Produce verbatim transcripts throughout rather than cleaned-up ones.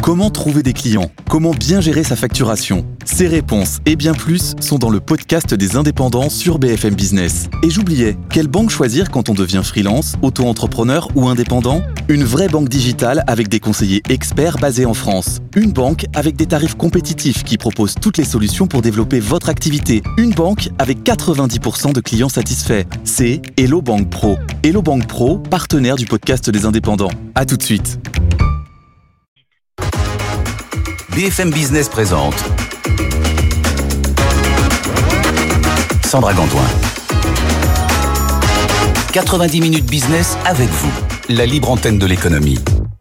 Comment trouver des clients ? Comment bien gérer sa facturation ? Ces réponses et bien plus sont dans le podcast des indépendants sur B F M Business. Et j'oubliais, quelle banque choisir quand on devient freelance, auto-entrepreneur ou indépendant ? Une vraie banque digitale avec des conseillers experts basés en France. Une banque avec des tarifs compétitifs qui propose toutes les solutions pour développer votre activité. Une banque avec quatre-vingt-dix pour cent de clients satisfaits. C'est Hello Bank Pro. Hello Bank Pro, partenaire du podcast des indépendants. À tout de suite. B F M Business présente Sandra Gantoin. quatre-vingt-dix minutes business avec vous, la libre antenne de l'économie.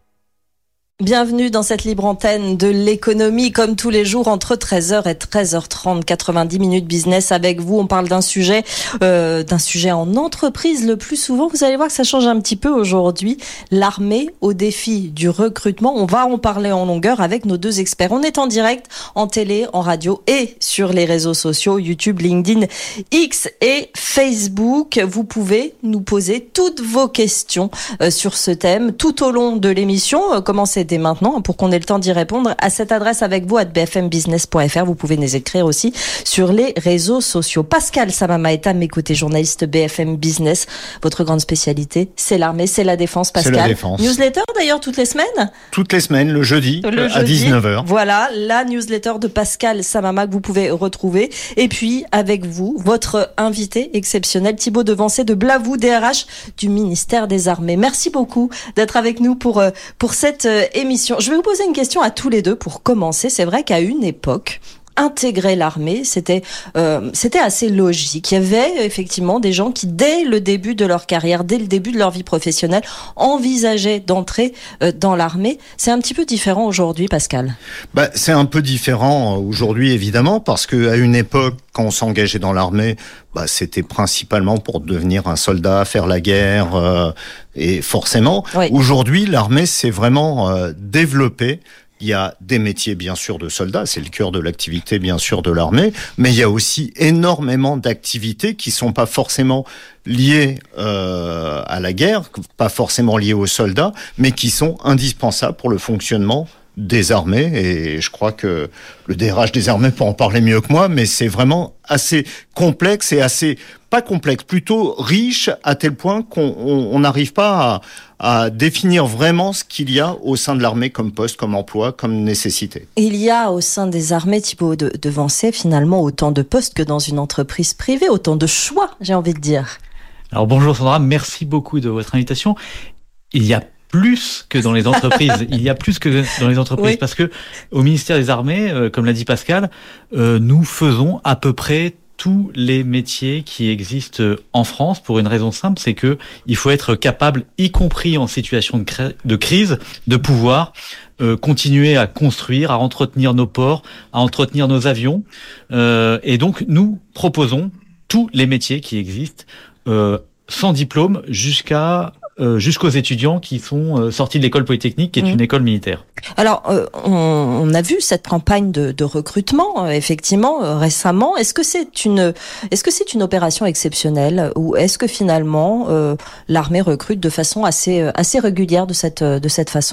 Bienvenue dans cette libre antenne de l'économie, comme tous les jours entre treize heures et treize heures trente, quatre-vingt-dix minutes business avec vous. On parle d'un sujet, euh, d'un sujet en entreprise le plus souvent. Vous allez voir que ça change un petit peu aujourd'hui. L'armée au défi du recrutement. On va en parler en longueur avec nos deux experts. On est en direct, en télé, en radio et sur les réseaux sociaux, YouTube, LinkedIn, X et Facebook. Vous pouvez nous poser toutes vos questions euh, sur ce thème tout au long de l'émission. Euh, commencez dès maintenant pour qu'on ait le temps d'y répondre à cette adresse avec vous à b f m business point f r. Vous pouvez nous écrire aussi sur les réseaux sociaux. Pascal Samama est à mes côtés, journaliste B F M Business. Votre grande spécialité, c'est l'armée, c'est la défense, Pascal. C'est la défense. Newsletter d'ailleurs toutes les semaines ? Toutes les semaines, le jeudi, le à jeudi, dix-neuf heures. Voilà, la newsletter de Pascal Samama que vous pouvez retrouver. Et puis, avec vous, votre invité exceptionnel, Thibaut Devancé de Blavou, D R H du ministère des Armées. Merci beaucoup d'être avec nous pour, pour cette émission. Je vais vous poser une question à tous les deux pour commencer. C'est vrai qu'à une époque, intégrer l'armée, c'était euh, c'était assez logique. Il y avait effectivement des gens qui, dès le début de leur carrière, dès le début de leur vie professionnelle, envisageaient d'entrer euh, dans l'armée. C'est un petit peu différent aujourd'hui, Pascal. Bah, c'est un peu différent aujourd'hui, évidemment, parce que à une époque, quand on s'engageait dans l'armée, bah, c'était principalement pour devenir un soldat, faire la guerre, euh, et forcément, oui. Aujourd'hui, l'armée s'est vraiment euh, développée. Il y a des métiers, bien sûr, de soldats, c'est le cœur de l'activité, bien sûr, de l'armée, mais il y a aussi énormément d'activités qui sont pas forcément liées euh, à la guerre, pas forcément liées aux soldats, mais qui sont indispensables pour le fonctionnement des armées, et je crois que le D R H des armées peut en parler mieux que moi, mais c'est vraiment assez complexe et assez, pas complexe, plutôt riche, à tel point qu'on n'arrive pas à, à définir vraiment ce qu'il y a au sein de l'armée comme poste, comme emploi, comme nécessité. Il y a au sein des armées, Thibaut de, Devancé, finalement autant de postes que dans une entreprise privée, autant de choix, j'ai envie de dire. Alors bonjour Sandra, merci beaucoup de votre invitation. Il y a plus que dans les entreprises. Il y a plus que dans les entreprises, oui. Parce que au ministère des Armées, euh, comme l'a dit Pascal, euh, nous faisons à peu près tous les métiers qui existent en France pour une raison simple, c'est que il faut être capable, y compris en situation de, cr- de crise, de pouvoir euh, continuer à construire, à entretenir nos ports, à entretenir nos avions. Euh, et donc, nous proposons tous les métiers qui existent euh, sans diplôme jusqu'à Euh, jusqu'aux étudiants qui sont euh, sortis de l'école polytechnique, qui est mmh. une école militaire. Alors, euh, on, on a vu cette campagne de, de recrutement, euh, effectivement, euh, récemment. Est-ce que c'est une, est-ce que c'est une opération exceptionnelle, ou est-ce que finalement euh, l'armée recrute de façon assez, assez régulière de cette, de cette façon ?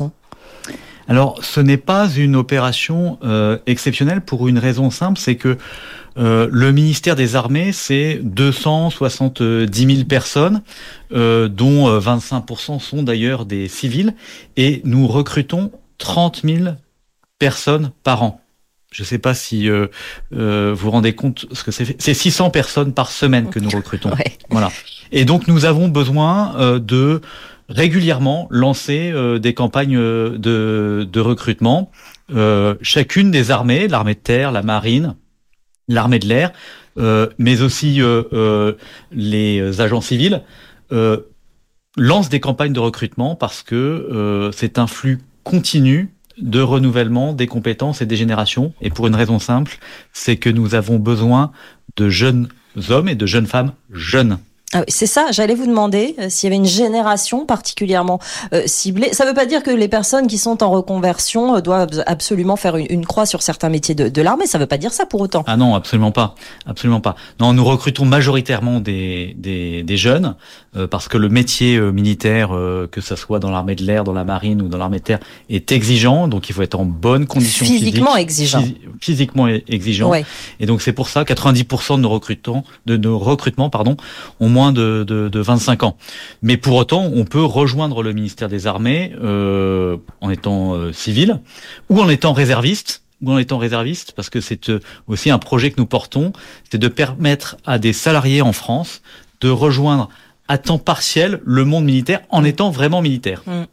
Alors, ce n'est pas une opération euh, exceptionnelle pour une raison simple, c'est que euh, le ministère des Armées, c'est deux cent soixante-dix mille personnes, euh, dont vingt-cinq pour cent sont d'ailleurs des civils, et nous recrutons trente mille personnes par an. Je ne sais pas si euh, euh, vous vous rendez compte, ce que c'est, c'est six cents personnes par semaine que nous recrutons. Ouais. Voilà. Et donc, nous avons besoin euh, de régulièrement lancer euh, des campagnes euh, de, de recrutement. Euh, chacune des armées, l'armée de terre, la marine, l'armée de l'air, euh, mais aussi euh, euh, les agents civils, euh, lancent des campagnes de recrutement parce que euh, c'est un flux continu de renouvellement des compétences et des générations. Et pour une raison simple, c'est que nous avons besoin de jeunes hommes et de jeunes femmes jeunes. Ah oui, c'est ça, j'allais vous demander euh, s'il y avait une génération particulièrement euh, ciblée. Ça ne veut pas dire que les personnes qui sont en reconversion euh, doivent absolument faire une, une croix sur certains métiers de, de l'armée, ça ne veut pas dire ça pour autant. Ah non, absolument pas, absolument pas. Non, nous recrutons majoritairement des, des, des jeunes, euh, parce que le métier euh, militaire, euh, que ça soit dans l'armée de l'air, dans la marine ou dans l'armée de terre, est exigeant, donc il faut être en bonne condition physique. Physiquement exigeant. Phys- physiquement exigeant. Ouais. Et donc c'est pour ça, quatre-vingt-dix pour cent de nos recrutements, de nos recrutements, pardon, ont moins de, de, de vingt-cinq ans. Mais pour autant, on peut rejoindre le ministère des Armées euh, en étant euh, civil ou en étant réserviste, ou en étant réserviste, parce que c'est euh, aussi un projet que nous portons, c'est de permettre à des salariés en France de rejoindre à temps partiel le monde militaire en étant vraiment militaire. Mmh.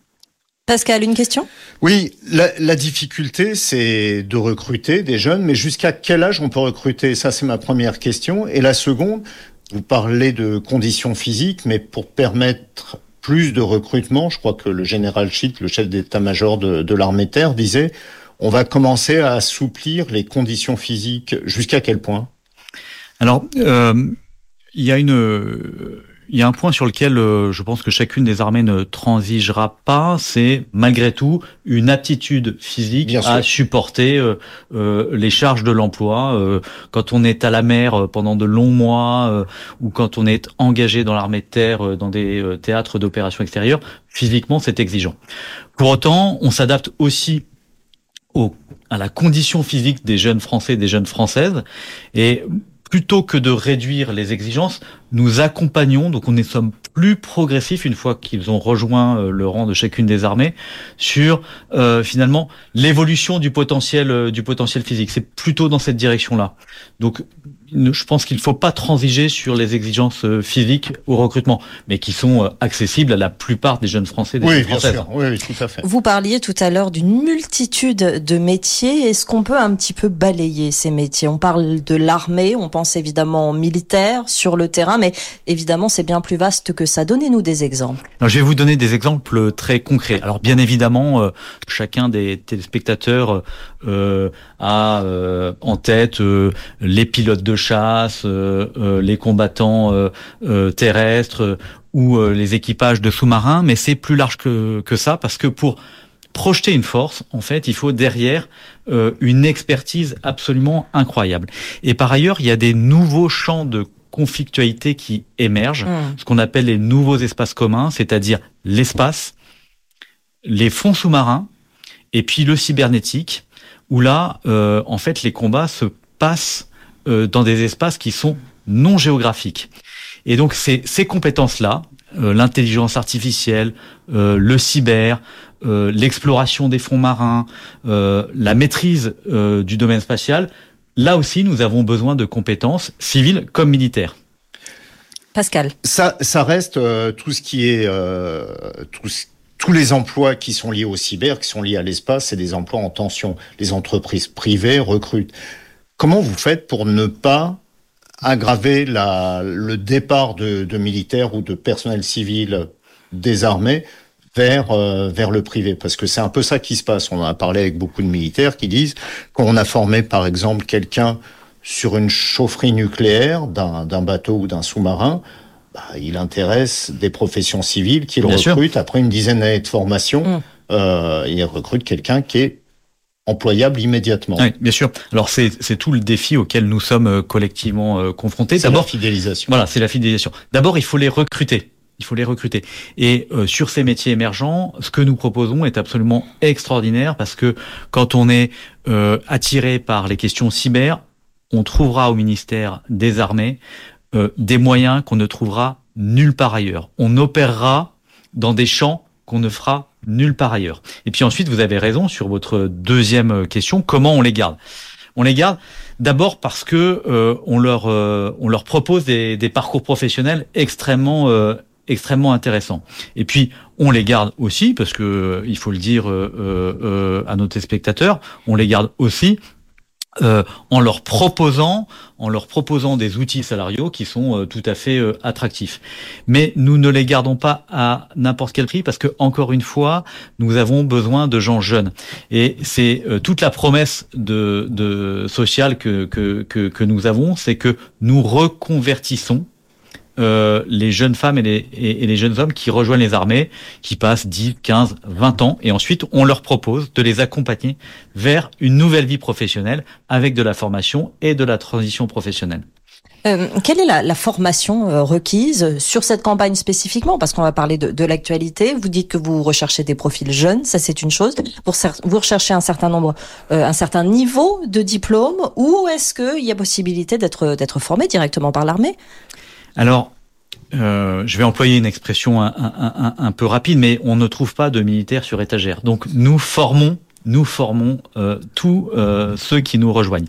Pascal, une question ? Oui, la, la difficulté, c'est de recruter des jeunes, mais jusqu'à quel âge on peut recruter ? Ça, c'est ma première question. Et la seconde, vous parlez de conditions physiques, mais pour permettre plus de recrutement, je crois que le général Schitt, le chef d'état-major de, de l'armée de terre, disait on va commencer à assouplir les conditions physiques. Jusqu'à quel point ? Alors, euh, il y a une... Euh, Il y a un point sur lequel euh, je pense que chacune des armées ne transigera pas, c'est malgré tout une aptitude physique Bien à sûr. supporter euh, euh, les charges de l'emploi. Euh, quand on est à la mer euh, pendant de longs mois euh, ou quand on est engagé dans l'armée de terre, euh, dans des euh, théâtres d'opérations extérieures, physiquement c'est exigeant. Pour autant, on s'adapte aussi au, à la condition physique des jeunes Français, des jeunes Françaises, et plutôt que de réduire les exigences, nous accompagnons, donc on est sommes plus progressifs une fois qu'ils ont rejoint euh, le rang de chacune des armées sur euh, finalement l'évolution du potentiel euh, du potentiel physique. C'est plutôt dans cette direction-là. Donc je pense qu'il ne faut pas transiger sur les exigences euh, physiques au recrutement, mais qui sont euh, accessibles à la plupart des jeunes Français, des Oui, jeunes bien Françaises. sûr. Oui, oui, tout à fait. Vous parliez tout à l'heure d'une multitude de métiers. Est-ce qu'on peut un petit peu balayer ces métiers ? On parle de l'armée, on pense évidemment militaire, sur le terrain, mais évidemment c'est bien plus vaste que ça. Donnez-nous des exemples. Alors, je vais vous donner des exemples très concrets. Alors bien évidemment, euh, chacun des téléspectateurs euh, a euh, en tête euh, les pilotes de chasse, euh, euh, les combattants euh, euh, terrestres euh, ou euh, les équipages de sous-marins, mais c'est plus large que, que ça, parce que pour projeter une force, en fait, il faut derrière euh, une expertise absolument incroyable. Et par ailleurs, il y a des nouveaux champs de conflictualité qui émergent, mmh. ce qu'on appelle les nouveaux espaces communs, c'est-à-dire l'espace, les fonds sous-marins, et puis le cybernétique, où là, euh, en fait, les combats se passent euh, dans des espaces qui sont non géographiques. Et donc, c'est ces compétences-là, euh, l'intelligence artificielle, euh, le cyber, euh, l'exploration des fonds marins, euh, la maîtrise euh, du domaine spatial, là aussi, nous avons besoin de compétences civiles comme militaires. Pascal. Ça, ça reste euh, tout ce qui est euh, tout ce, tous les emplois qui sont liés au cyber, qui sont liés à l'espace, c'est des emplois en tension. Les entreprises privées recrutent. Comment vous faites pour ne pas aggraver la, le départ de, de militaires ou de personnel civil des armées vers euh, vers le privé, parce que c'est un peu ça qui se passe. On en a parlé avec beaucoup de militaires qui disent qu'on a formé par exemple quelqu'un sur une chaufferie nucléaire d'un, d'un bateau ou d'un sous-marin, bah, il intéresse des professions civiles qui le recrutent après une dizaine d'années de formation. Mmh. Euh, il recrute quelqu'un qui est employable immédiatement. Oui, bien sûr. Alors c'est c'est tout le défi auquel nous sommes collectivement euh, confrontés. C'est D'abord, la fidélisation. Voilà, c'est la fidélisation. D'abord, il faut les recruter. Il faut les recruter. Et euh, sur ces métiers émergents, ce que nous proposons est absolument extraordinaire, parce que quand on est euh, attiré par les questions cyber, on trouvera au ministère des Armées euh, des moyens qu'on ne trouvera nulle part ailleurs. On opérera dans des champs qu'on ne fera nulle part ailleurs. Et puis ensuite, vous avez raison sur votre deuxième question, comment on les garde ? On les garde d'abord parce que euh, on leur euh, on leur propose des, des parcours professionnels extrêmement euh, extrêmement intéressants. Et puis on les garde aussi parce que il faut le dire euh, euh, à nos téléspectateurs, on les garde aussi Euh, en leur proposant, en leur proposant des outils salariaux qui sont euh, tout à fait euh, attractifs. Mais nous ne les gardons pas à n'importe quel prix, parce que encore une fois, nous avons besoin de gens jeunes. Et c'est euh, toute la promesse de, de sociale que, que que que nous avons, c'est que nous reconvertissons euh, les jeunes femmes et les, et, et les jeunes hommes qui rejoignent les armées, qui passent dix, quinze, vingt ans, et ensuite on leur propose de les accompagner vers une nouvelle vie professionnelle avec de la formation et de la transition professionnelle. Euh, quelle est la, la formation euh, requise sur cette campagne spécifiquement? Parce qu'on va parler de, de l'actualité. Vous dites que vous recherchez des profils jeunes, ça c'est une chose. Pour vous recherchez un certain nombre, euh, un certain niveau de diplôme, ou est-ce qu'il y a possibilité d'être d'être formé directement par l'armée? Alors, euh, je vais employer une expression un, un, un, un peu rapide, mais on ne trouve pas de militaires sur étagère. Donc nous formons Nous formons euh, tous euh, ceux qui nous rejoignent.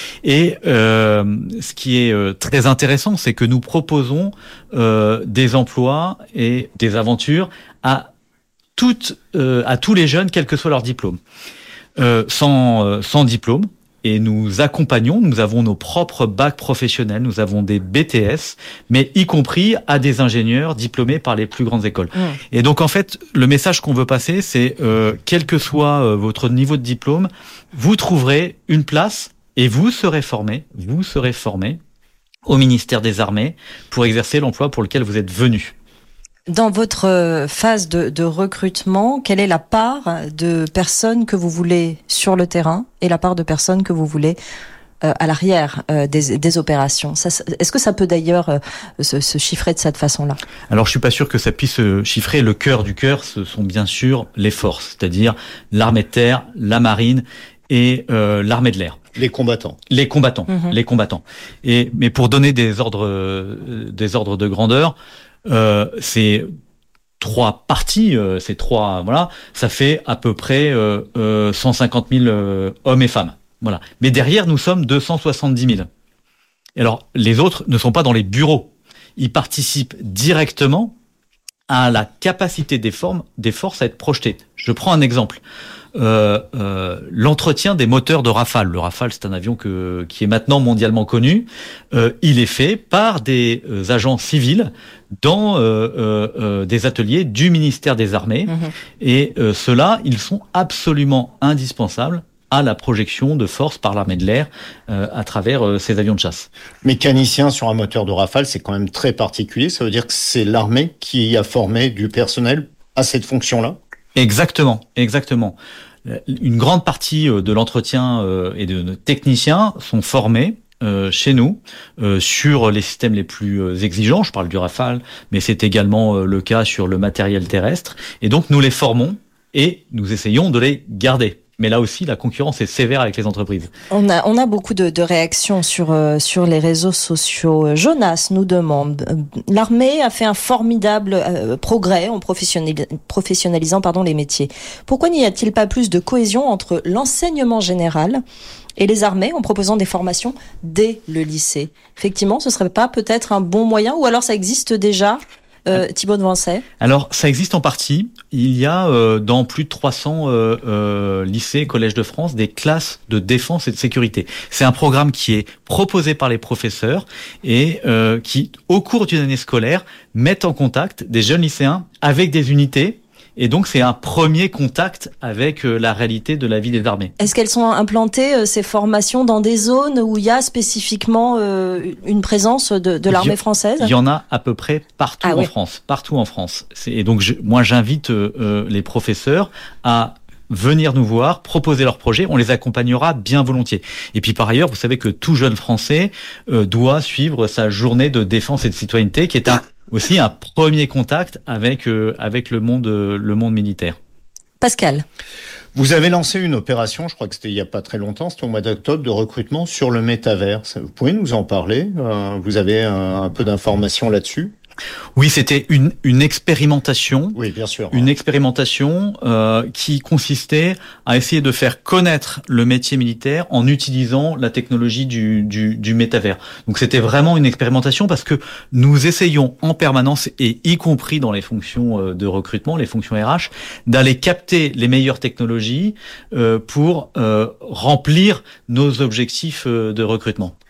Et euh, ce qui est euh, très intéressant, c'est que nous proposons euh, des emplois et des aventures à toutes, euh, à tous les jeunes, quel que soit leur diplôme. Euh, sans, euh, sans diplôme. Et nous accompagnons, nous avons nos propres bacs professionnels, nous avons des B T S, mais y compris à des ingénieurs diplômés par les plus grandes écoles. Mmh. Et donc en fait, le message qu'on veut passer, c'est euh, quel que soit euh, votre niveau de diplôme, vous trouverez une place et vous serez formé, vous serez formé au ministère des Armées pour exercer l'emploi pour lequel vous êtes venu. Dans votre phase de, de recrutement, quelle est la part de personnes que vous voulez sur le terrain et la part de personnes que vous voulez euh, à l'arrière euh, des, des opérations? Ça, est-ce que ça peut d'ailleurs euh, se, se chiffrer de cette façon-là? Alors, je suis pas sûr que ça puisse se chiffrer. Le cœur du cœur, ce sont bien sûr les forces, c'est-à-dire l'armée de terre, la marine et euh, l'armée de l'air. Les combattants. Les combattants. Mmh. Les combattants. Et mais pour donner des ordres, euh, des ordres de grandeur. Euh, c'est trois parties, euh, c'est trois, voilà, ça fait à peu près euh, euh, cent cinquante mille euh, hommes et femmes, voilà. Mais derrière, nous sommes deux cent soixante-dix mille. Et alors, les autres ne sont pas dans les bureaux. Ils participent directement à la capacité des, formes, des forces à être projetées. Je prends un exemple. Euh, euh, l'entretien des moteurs de Rafale. Le Rafale, c'est un avion que, qui est maintenant mondialement connu. Euh, il est fait par des euh, agents civils dans euh, euh, euh, des ateliers du ministère des Armées. Mmh. Et euh, ceux-là, ils sont absolument indispensables à la projection de force par l'armée de l'air euh, à travers euh, ces avions de chasse. Mécanicien sur un moteur de Rafale, c'est quand même très particulier. Ça veut dire que c'est l'armée qui a formé du personnel à cette fonction-là? Exactement, exactement. Une grande partie de l'entretien et de nos techniciens sont formés euh, chez nous euh, sur les systèmes les plus exigeants. Je parle du Rafale, mais c'est également le cas sur le matériel terrestre. Et donc nous les formons et nous essayons de les garder. Mais là aussi, la concurrence est sévère avec les entreprises. On a, on a beaucoup de, de réactions sur, euh, sur les réseaux sociaux. Jonas nous demande, euh, l'armée a fait un formidable euh, progrès en professionnali- professionnalisant pardon, les métiers. Pourquoi n'y a-t-il pas plus de cohésion entre l'enseignement général et les armées en proposant des formations dès le lycée? Effectivement, ce serait pas peut-être un bon moyen, ou alors ça existe déjà? Euh, Thibaut de Vancey. Alors, ça existe en partie. Il y a euh, dans plus de trois cents euh, euh, lycées et collèges de France des classes de défense et de sécurité. C'est un programme qui est proposé par les professeurs et euh, qui, au cours d'une année scolaire, met en contact des jeunes lycéens avec des unités. Et donc, c'est un premier contact avec euh, la réalité de la vie des armées. Est-ce qu'elles sont implantées, euh, ces formations, dans des zones où il y a spécifiquement euh, une présence de, de l'armée française? Il y en a à peu près partout ah, en oui. France. Partout en France. C'est, et donc, je, moi, j'invite euh, les professeurs à venir nous voir, proposer leurs projets, on les accompagnera bien volontiers. Et puis par ailleurs, vous savez que tout jeune Français euh, doit suivre sa journée de défense et de citoyenneté, qui est un aussi un premier contact avec euh, avec le monde euh, le monde militaire. Pascal. Vous avez lancé une opération, je crois que c'était il y a pas très longtemps, c'était au mois d'octobre, de recrutement sur le métaverse. Vous pouvez nous en parler? euh, Vous avez un, un peu d'informations là-dessus? Oui, c'était une une expérimentation. Oui, bien sûr. Une expérimentation euh, qui consistait à essayer de faire connaître le métier militaire en utilisant la technologie du du, du métavers. Donc c'était vraiment une expérimentation parce que nous essayons en permanence, et y compris dans les fonctions de recrutement, les fonctions R H, d'aller capter les meilleures technologies euh, pour euh, remplir nos objectifs de recrutement.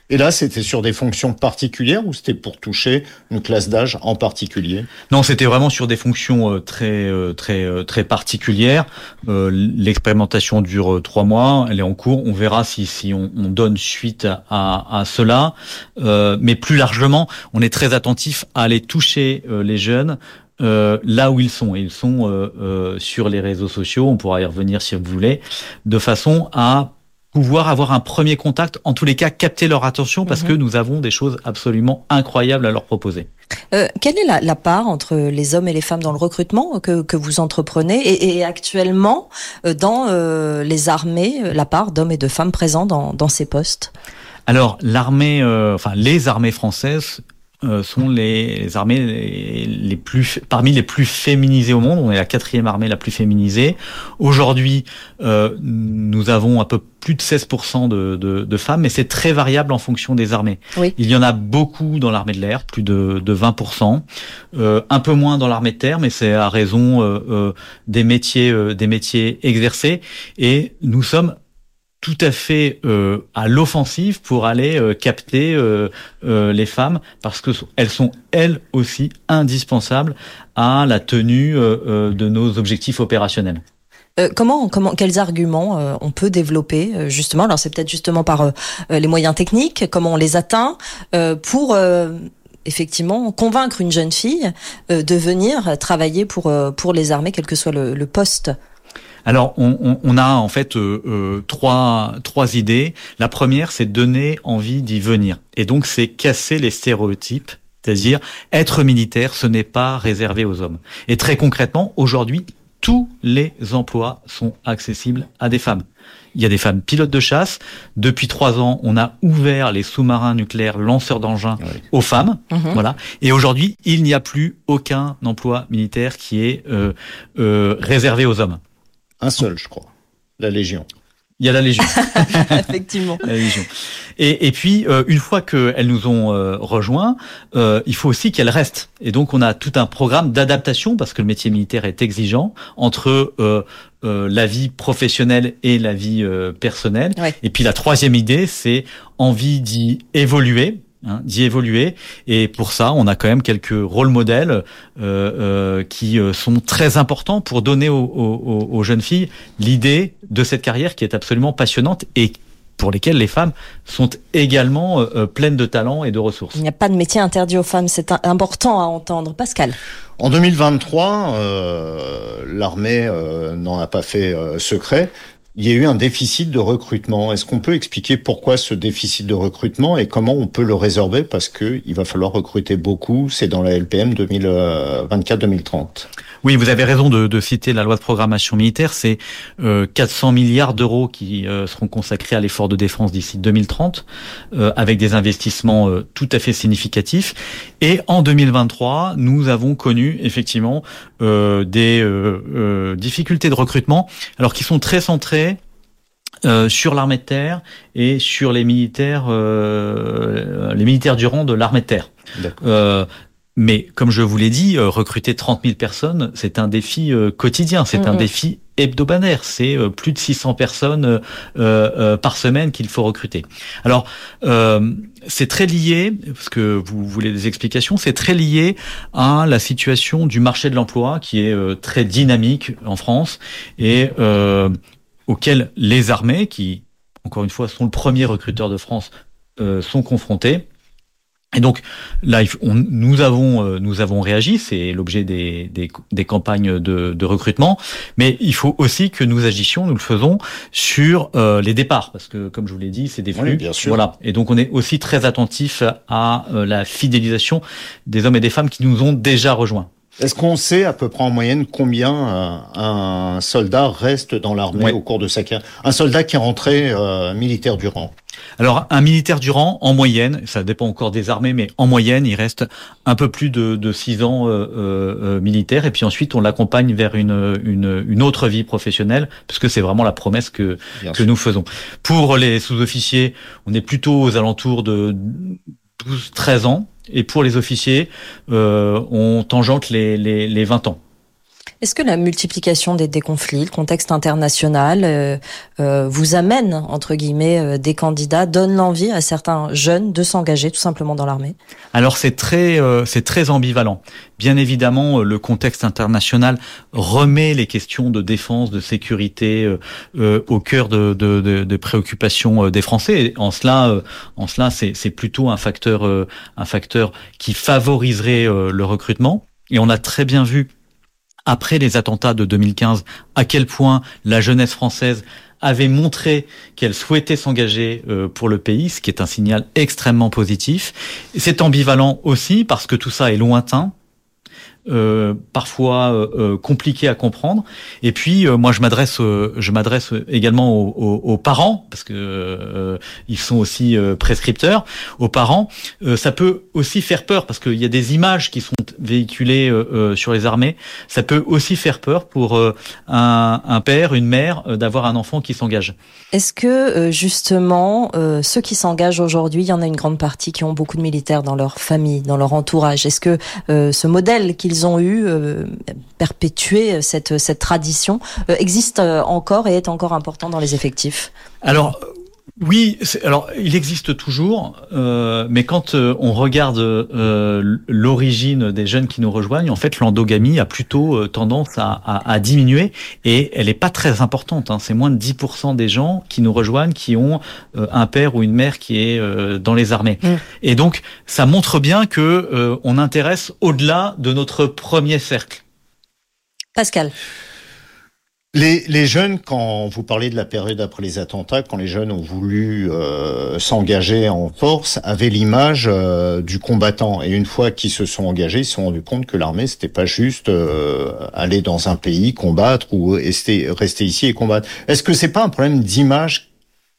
Et là, c'était sur des fonctions particulières ou c'était pour toucher une classe d'âge en particulier? Non, c'était vraiment sur des fonctions euh, très euh, très euh, très particulières. Euh, l'expérimentation dure trois mois, elle est en cours. On verra si si on, on donne suite à à cela. Euh, mais plus largement, on est très attentif à aller toucher euh, les jeunes euh, là où ils sont. Et ils sont euh, euh, sur les réseaux sociaux. On pourra y revenir si vous voulez, de façon à pouvoir avoir un premier contact, en tous les cas capter leur attention, parce mmh. que nous avons des choses absolument incroyables à leur proposer. Euh, quelle est la, la part entre les hommes et les femmes dans le recrutement que, que vous entreprenez et, et actuellement dans euh, les armées, la part d'hommes et de femmes présents dans, dans ces postes? Alors l'armée, euh, enfin les armées françaises Euh, sont les, les armées les, les plus parmi les plus féminisées au monde. On est la quatrième armée la plus féminisée. Aujourd'hui, euh, nous avons un peu plus de seize pour cent de, de, de femmes, mais c'est très variable en fonction des armées. Oui. Il y en a beaucoup dans l'armée de l'air, plus de, de vingt pour cent. Euh, un peu moins dans l'armée de terre, mais c'est à raison euh, euh, des métiers, euh, des métiers exercés. Et nous sommes tout à fait euh, à l'offensive pour aller euh, capter euh, euh, les femmes, parce que elles sont elles aussi indispensables à la tenue euh, euh, de nos objectifs opérationnels. Euh, comment, comment, quels arguments euh, on peut développer euh, justement? Alors c'est peut-être justement par euh, les moyens techniques, comment on les atteint euh, pour euh, effectivement convaincre une jeune fille euh, de venir travailler pour euh, pour les armées, quel que soit le, le poste. Alors, on, on, on a en fait euh, euh, trois trois idées. La première, c'est donner envie d'y venir, et donc c'est casser les stéréotypes, c'est-à-dire être militaire, ce n'est pas réservé aux hommes. Et très concrètement, aujourd'hui, tous les emplois sont accessibles à des femmes. Il y a des femmes pilotes de chasse. Depuis trois ans, on a ouvert les sous-marins nucléaires lanceurs d'engins oui. aux femmes. Mmh. Voilà. Et aujourd'hui, il n'y a plus aucun emploi militaire qui est euh, euh, réservé aux hommes. Un seul, je crois. La Légion. Il y a la Légion. Effectivement. La Légion. Et, et puis, euh, une fois qu'elles nous ont euh, rejoints, euh, il faut aussi qu'elles restent. Et donc, on a tout un programme d'adaptation, parce que le métier militaire est exigeant, entre euh, euh, la vie professionnelle et la vie euh, personnelle. Ouais. Et puis, la troisième idée, c'est envie d'y évoluer. Hein, d'y évoluer, et pour ça on a quand même quelques rôles modèles euh, euh, qui euh, sont très importants pour donner aux, aux, aux jeunes filles l'idée de cette carrière qui est absolument passionnante et pour lesquelles les femmes sont également euh, pleines de talent et de ressources. Il n'y a pas de métier interdit aux femmes, c'est important à entendre. Pascal. En deux mille vingt-trois, euh, l'armée euh, n'en a pas fait euh, secret. Il y a eu un déficit de recrutement. Est-ce qu'on peut expliquer pourquoi ce déficit de recrutement et comment on peut le résorber? Parce que il va falloir recruter beaucoup. C'est dans la L P M deux mille vingt-quatre deux mille trente. Oui, vous avez raison de, de citer la loi de programmation militaire. C'est euh, quatre cents milliards d'euros qui euh, seront consacrés à l'effort de défense d'ici deux mille trente, euh, avec des investissements euh, tout à fait significatifs. Et en deux mille vingt-trois, nous avons connu effectivement euh, des euh, euh, difficultés de recrutement, alors qui sont très centrées Euh, sur l'armée de terre et sur les militaires, euh, les militaires du rang de l'armée de terre. Euh, mais comme je vous l'ai dit, euh, recruter trente mille personnes, c'est un défi euh, quotidien, c'est mmh. un défi hebdomadaire. C'est euh, plus de six cents personnes euh, euh, par semaine qu'il faut recruter. Alors, euh, c'est très lié, parce que vous voulez des explications, c'est très lié à la situation du marché de l'emploi qui est euh, très dynamique en France et euh, auxquels les armées, qui, encore une fois, sont le premier recruteur de France, euh, sont confrontés. Et donc, là, on, nous avons, euh, nous avons réagi, c'est l'objet des, des, des campagnes de, de recrutement, mais il faut aussi que nous agissions, nous le faisons, sur euh, les départs, parce que, comme je vous l'ai dit, c'est des flux. Oui, bien sûr. Voilà. Et donc, on est aussi très attentif à euh, la fidélisation des hommes et des femmes qui nous ont déjà rejoints. Est-ce qu'on sait à peu près en moyenne combien euh, un soldat reste dans l'armée ouais. au cours de sa carrière? Un soldat qui est rentré euh, militaire du rang. Alors, un militaire du rang, en moyenne, ça dépend encore des armées, mais en moyenne, il reste un peu plus de, de six ans euh, euh, militaire, et puis ensuite, on l'accompagne vers une, une, une autre vie professionnelle, parce que c'est vraiment la promesse que, que nous faisons. Pour les sous-officiers, on est plutôt aux alentours de douze treize ans. Et pour les officiers, euh, on tangente les, les, les vingt ans. Est-ce que la multiplication des, des conflits, le contexte international euh, euh, vous amène, entre guillemets, euh, des candidats, donne l'envie à certains jeunes de s'engager tout simplement dans l'armée ? Alors c'est très, euh, c'est très ambivalent. Bien évidemment, le contexte international remet les questions de défense, de sécurité euh, euh, au cœur de, de, de, de préoccupations des Français. Et en cela, euh, en cela, c'est, c'est plutôt un facteur, euh, un facteur qui favoriserait euh, le recrutement. Et on a très bien vu, après les attentats de deux mille quinze, à quel point la jeunesse française avait montré qu'elle souhaitait s'engager pour le pays, ce qui est un signal extrêmement positif. C'est ambivalent aussi parce que tout ça est lointain, euh, parfois euh, compliqué à comprendre. Et puis euh, moi je m'adresse, euh, je m'adresse également aux, aux, aux parents parce que euh, ils sont aussi euh, prescripteurs. Aux parents, euh, ça peut aussi faire peur parce qu'il y a des images qui sont véhiculées euh, euh, sur les armées. Ça peut aussi faire peur pour euh, un, un père, une mère, euh, d'avoir un enfant qui s'engage. Est-ce que euh, justement euh, ceux qui s'engagent aujourd'hui, il y en a une grande partie qui ont beaucoup de militaires dans leur famille, dans leur entourage. Est-ce que euh, ce modèle qu'ils ont eu, euh, perpétuer cette, cette tradition, euh, existe encore et est encore important dans les effectifs? Alors, oui, c'est, alors il existe toujours, euh, mais quand euh, on regarde euh, l'origine des jeunes qui nous rejoignent, en fait, l'endogamie a plutôt euh, tendance à, à, à diminuer et elle est pas très importante. Hein. C'est moins de dix pour cent des gens qui nous rejoignent qui ont euh, un père ou une mère qui est euh, dans les armées. Mmh. Et donc, ça montre bien que euh, on intéresse au-delà de notre premier cercle. Pascal. Les, les jeunes, quand vous parlez de la période après les attentats, quand les jeunes ont voulu euh, s'engager en force, avaient l'image euh, du combattant. Et une fois qu'ils se sont engagés, ils se sont rendus compte que l'armée, c'était pas juste euh, aller dans un pays, combattre ou rester, rester ici et combattre. Est-ce que c'est pas un problème d'image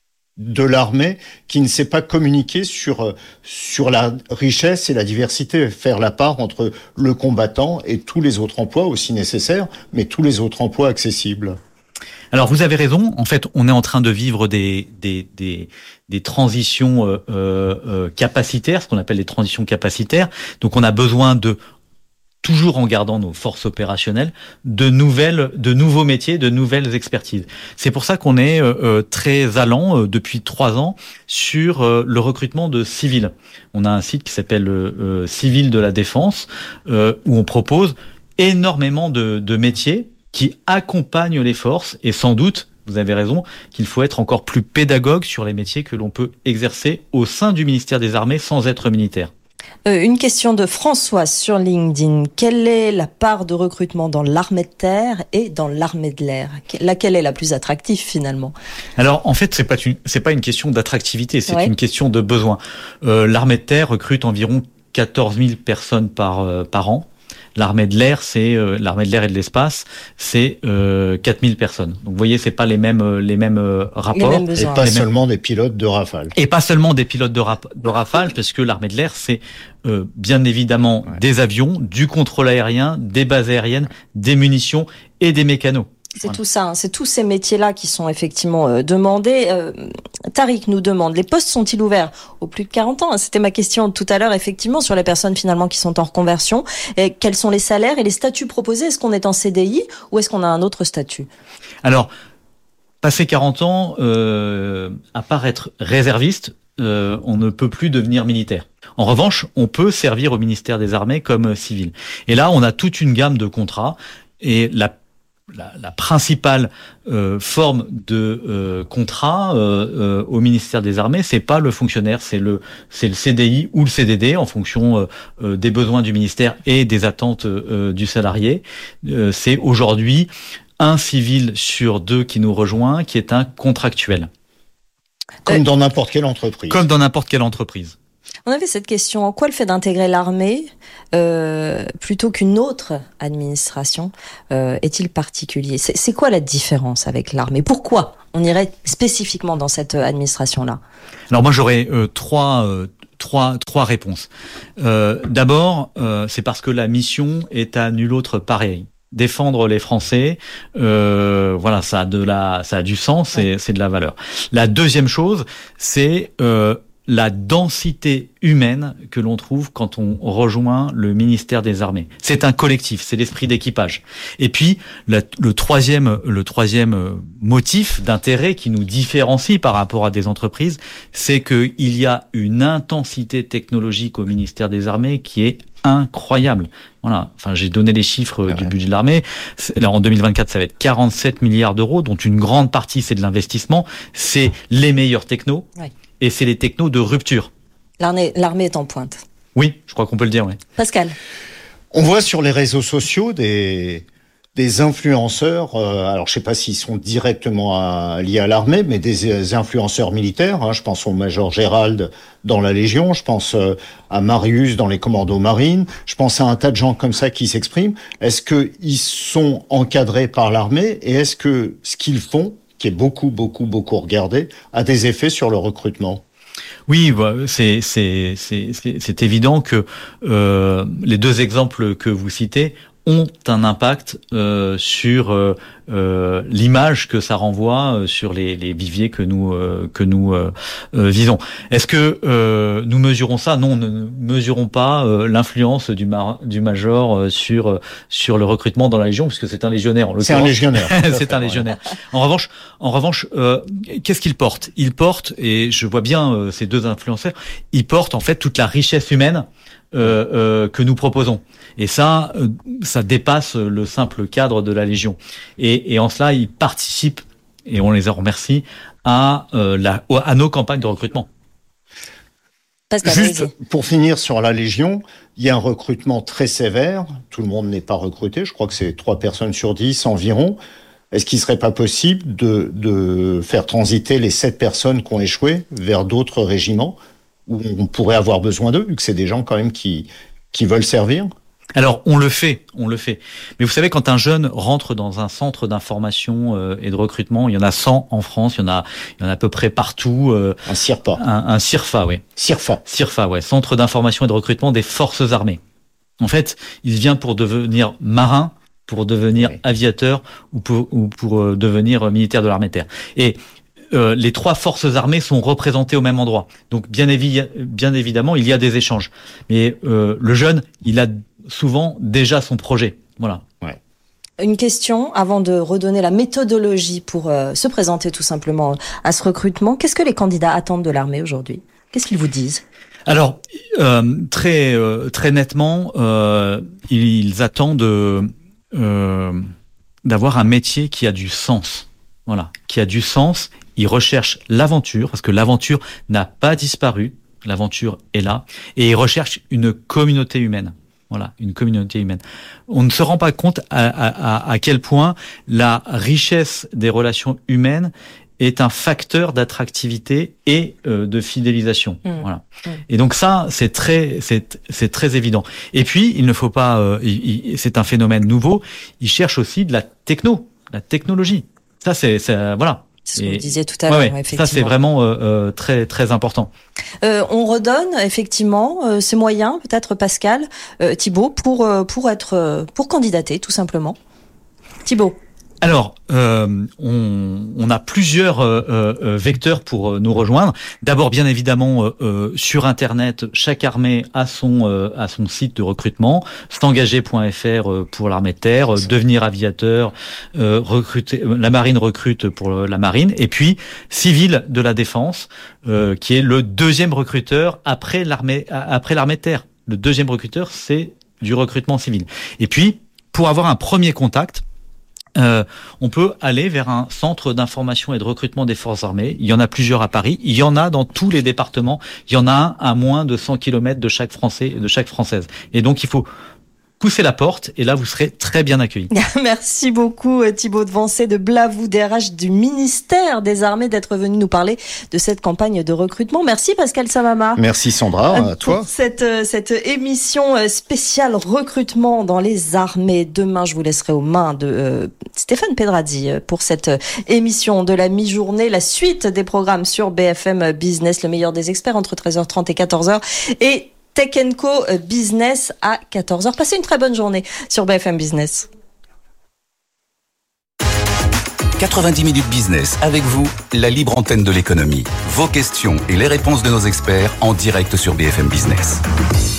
de l'armée qui ne sait pas communiquer sur sur la richesse et la diversité, faire la part entre le combattant et tous les autres emplois aussi nécessaires, mais tous les autres emplois accessibles? Alors vous avez raison, en fait on est en train de vivre des des des, des transitions euh, euh, capacitaires, ce qu'on appelle les transitions capacitaires, donc on a besoin de, toujours en gardant nos forces opérationnelles, de nouvelles, de nouveaux métiers, de nouvelles expertises. C'est pour ça qu'on est euh, très allant euh, depuis trois ans sur euh, le recrutement de civils. On a un site qui s'appelle euh, Civil de la Défense euh, où on propose énormément de, de métiers qui accompagnent les forces et sans doute, vous avez raison, qu'il faut être encore plus pédagogue sur les métiers que l'on peut exercer au sein du ministère des Armées sans être militaire. Euh, une question de Françoise sur LinkedIn. Quelle est la part de recrutement dans l'armée de terre et dans l'armée de l'air? Laquelle est la plus attractive finalement? Alors en fait, c'est pas une, c'est pas une question d'attractivité, c'est ouais. une question de besoin. Euh, l'armée de terre recrute environ quatorze mille personnes par euh, par an. L'armée de l'air, c'est euh, l'armée de l'air et de l'espace, c'est euh, quatre mille personnes. Donc vous voyez, c'est pas les mêmes euh, les mêmes euh, rapports. Les mêmes et pas les seulement mêmes... des pilotes de Rafale. Et pas seulement des pilotes de, rap... de Rafale, parce que l'armée de l'air, c'est euh, bien évidemment ouais. des avions, du contrôle aérien, des bases aériennes, des munitions et des mécanos. C'est voilà. tout ça, hein. C'est tous ces métiers-là qui sont effectivement euh, demandés. Euh, Tariq nous demande, les postes sont-ils ouverts aux plus de quarante ans? C'était ma question tout à l'heure, effectivement, sur les personnes finalement qui sont en reconversion. Et quels sont les salaires et les statuts proposés? Est-ce qu'on est en C D I ou est-ce qu'on a un autre statut? Alors, passé quarante ans, euh, à part être réserviste, euh, on ne peut plus devenir militaire. En revanche, on peut servir au ministère des Armées comme civil. Et là, on a toute une gamme de contrats et la La, la principale euh, forme de euh, contrat euh, euh, au ministère des Armées, c'est pas le fonctionnaire, c'est le c'est le C D I ou le C D D en fonction euh, euh, des besoins du ministère et des attentes euh, du salarié. Euh, c'est aujourd'hui un civil sur deux qui nous rejoint, qui est un contractuel. Comme dans n'importe quelle entreprise. Comme dans n'importe quelle entreprise. On avait cette question, en quoi le fait d'intégrer l'armée euh, plutôt qu'une autre administration euh, est-il particulier? c'est, c'est quoi la différence avec l'armée? Pourquoi on irait spécifiquement dans cette administration-là? Alors moi j'aurais euh, trois, euh, trois, trois réponses. Euh, d'abord, euh, c'est parce que la mission est à nul autre pareil. Défendre les Français, euh, voilà, ça a de la, ça a du sens, et c'est de la valeur. La deuxième chose, c'est euh, la densité humaine que l'on trouve quand on rejoint le ministère des Armées. C'est un collectif, c'est l'esprit d'équipage. Et puis, la, le troisième, le troisième motif d'intérêt qui nous différencie par rapport à des entreprises, c'est qu'il y a une intensité technologique au ministère des Armées qui est incroyable. Voilà. Enfin, j'ai donné les chiffres ah du ouais. budget de l'armée. Là, en deux mille vingt-quatre, ça va être quarante-sept milliards d'euros, dont une grande partie, c'est de l'investissement. C'est les meilleurs technos. Ouais. Et c'est les technos de rupture. L'armée, l'armée est en pointe. Oui, je crois qu'on peut le dire, oui. Pascal. On voit sur les réseaux sociaux des, des influenceurs, euh, alors je ne sais pas s'ils sont directement à, liés à l'armée, mais des influenceurs militaires. Hein, je pense au Major Gérald dans la Légion, je pense euh, à Marius dans les commandos marines, je pense à un tas de gens comme ça qui s'expriment. Est-ce qu'ils sont encadrés par l'armée et est-ce que ce qu'ils font, qui est beaucoup, beaucoup, beaucoup regardé, a des effets sur le recrutement? Oui, c'est, c'est, c'est, c'est, c'est évident que euh, les deux exemples que vous citez ont un impact euh, sur euh, euh, l'image que ça renvoie euh, sur les, les viviers que nous euh, que nous euh, euh, visons. Est-ce que euh, nous mesurons ça? Non, nous ne mesurons pas euh, l'influence du, mar- du major euh, sur euh, sur le recrutement dans la Légion, puisque c'est un légionnaire. En c'est un légionnaire. c'est un légionnaire. En revanche, en revanche, euh, qu'est-ce qu'il porte? Il porte, et je vois bien euh, ces deux influenceurs, il porte en fait toute la richesse humaine Euh, euh, que nous proposons. Et ça, euh, ça dépasse le simple cadre de la Légion. Et, et en cela, ils participent, et on les en remercie, à, euh, la, à nos campagnes de recrutement. Juste pour finir sur la Légion, il y a un recrutement très sévère. Tout le monde n'est pas recruté. Je crois que c'est trois personnes sur dix environ. Est-ce qu'il ne serait pas possible de, de faire transiter les sept personnes qui ont échoué vers d'autres régiments où on pourrait avoir besoin d'eux, vu que c'est des gens quand même qui, qui veulent servir? Alors, on le fait, on le fait. Mais vous savez, quand un jeune rentre dans un centre d'information euh, et de recrutement, il y en a cent en France, il y en a, il y en a à peu près partout. Euh, un CIRPA. Un, un CIRFA, oui. CIRFA. CIRFA, ouais. Centre d'information et de recrutement des forces armées. En fait, il vient pour devenir marin, pour devenir oui. aviateur ou pour, ou pour euh, devenir militaire de l'armée de terre. Et Euh, les trois forces armées sont représentées au même endroit. Donc bien, évi- bien évidemment, il y a des échanges. Mais euh, le jeune, il a souvent déjà son projet. Voilà. Ouais. Une question avant de redonner la méthodologie pour euh, se présenter tout simplement à ce recrutement. Qu'est-ce que les candidats attendent de l'armée aujourd'hui? Qu'est-ce qu'ils vous disent? Alors, euh, très euh, très nettement, euh, ils, ils attendent euh, d'avoir un métier qui a du sens. Voilà, qui a du sens. Ils recherchent l'aventure, parce que l'aventure n'a pas disparu, l'aventure est là, et ils recherchent une communauté humaine. Voilà, une communauté humaine. On ne se rend pas compte à, à, à quel point la richesse des relations humaines est un facteur d'attractivité et euh, de fidélisation. Mmh. Voilà. Mmh. Et donc ça, c'est très, c'est, c'est très évident. Et puis, il ne faut pas, euh, il, il, c'est un phénomène nouveau. Ils cherchent aussi de la techno, la technologie. Ça, c'est, c'est voilà. C'est ce que vous disiez tout à l'heure, ouais, ouais. effectivement. Ça, c'est vraiment euh, très très important. Euh, on redonne effectivement euh, ces moyens, peut-être Pascal, euh, Thibaut, pour euh, pour être euh, pour candidater, tout simplement. Thibaut. Alors, euh, on, on a plusieurs euh, euh, vecteurs pour euh, nous rejoindre. D'abord, bien évidemment, euh, euh, sur Internet, chaque armée a son euh, a son site de recrutement, s'engager point f r euh, pour l'armée de terre, euh, devenir aviateur, euh, recruter, euh, la marine recrute pour la marine, et puis civil de la défense, euh, qui est le deuxième recruteur après l'armée après l'armée de terre. Le deuxième recruteur, c'est du recrutement civil. Et puis, pour avoir un premier contact, Euh, on peut aller vers un centre d'information et de recrutement des forces armées. Il y en a plusieurs à Paris. Il y en a dans tous les départements. Il y en a un à moins de cent kilomètres de chaque Français et de chaque Française. Et donc, il faut poussez la porte et là vous serez très bien accueillis. Merci beaucoup Thibaut Devancé de Blavou, D R H du ministère des Armées, d'être venu nous parler de cette campagne de recrutement. Merci Pascal Samama. Merci Sandra, à toi. Pour cette, cette émission spéciale recrutement dans les armées. Demain, je vous laisserai aux mains de euh, Stéphane Pedrazzi pour cette émission de la mi-journée. La suite des programmes sur B F M Business, le meilleur des experts entre treize heures trente et quatorze heures. Et Tech and Co Business à quatorze heures. Passez une très bonne journée sur B F M Business. quatre-vingt-dix minutes business avec vous, la libre antenne de l'économie. Vos questions et les réponses de nos experts en direct sur B F M Business.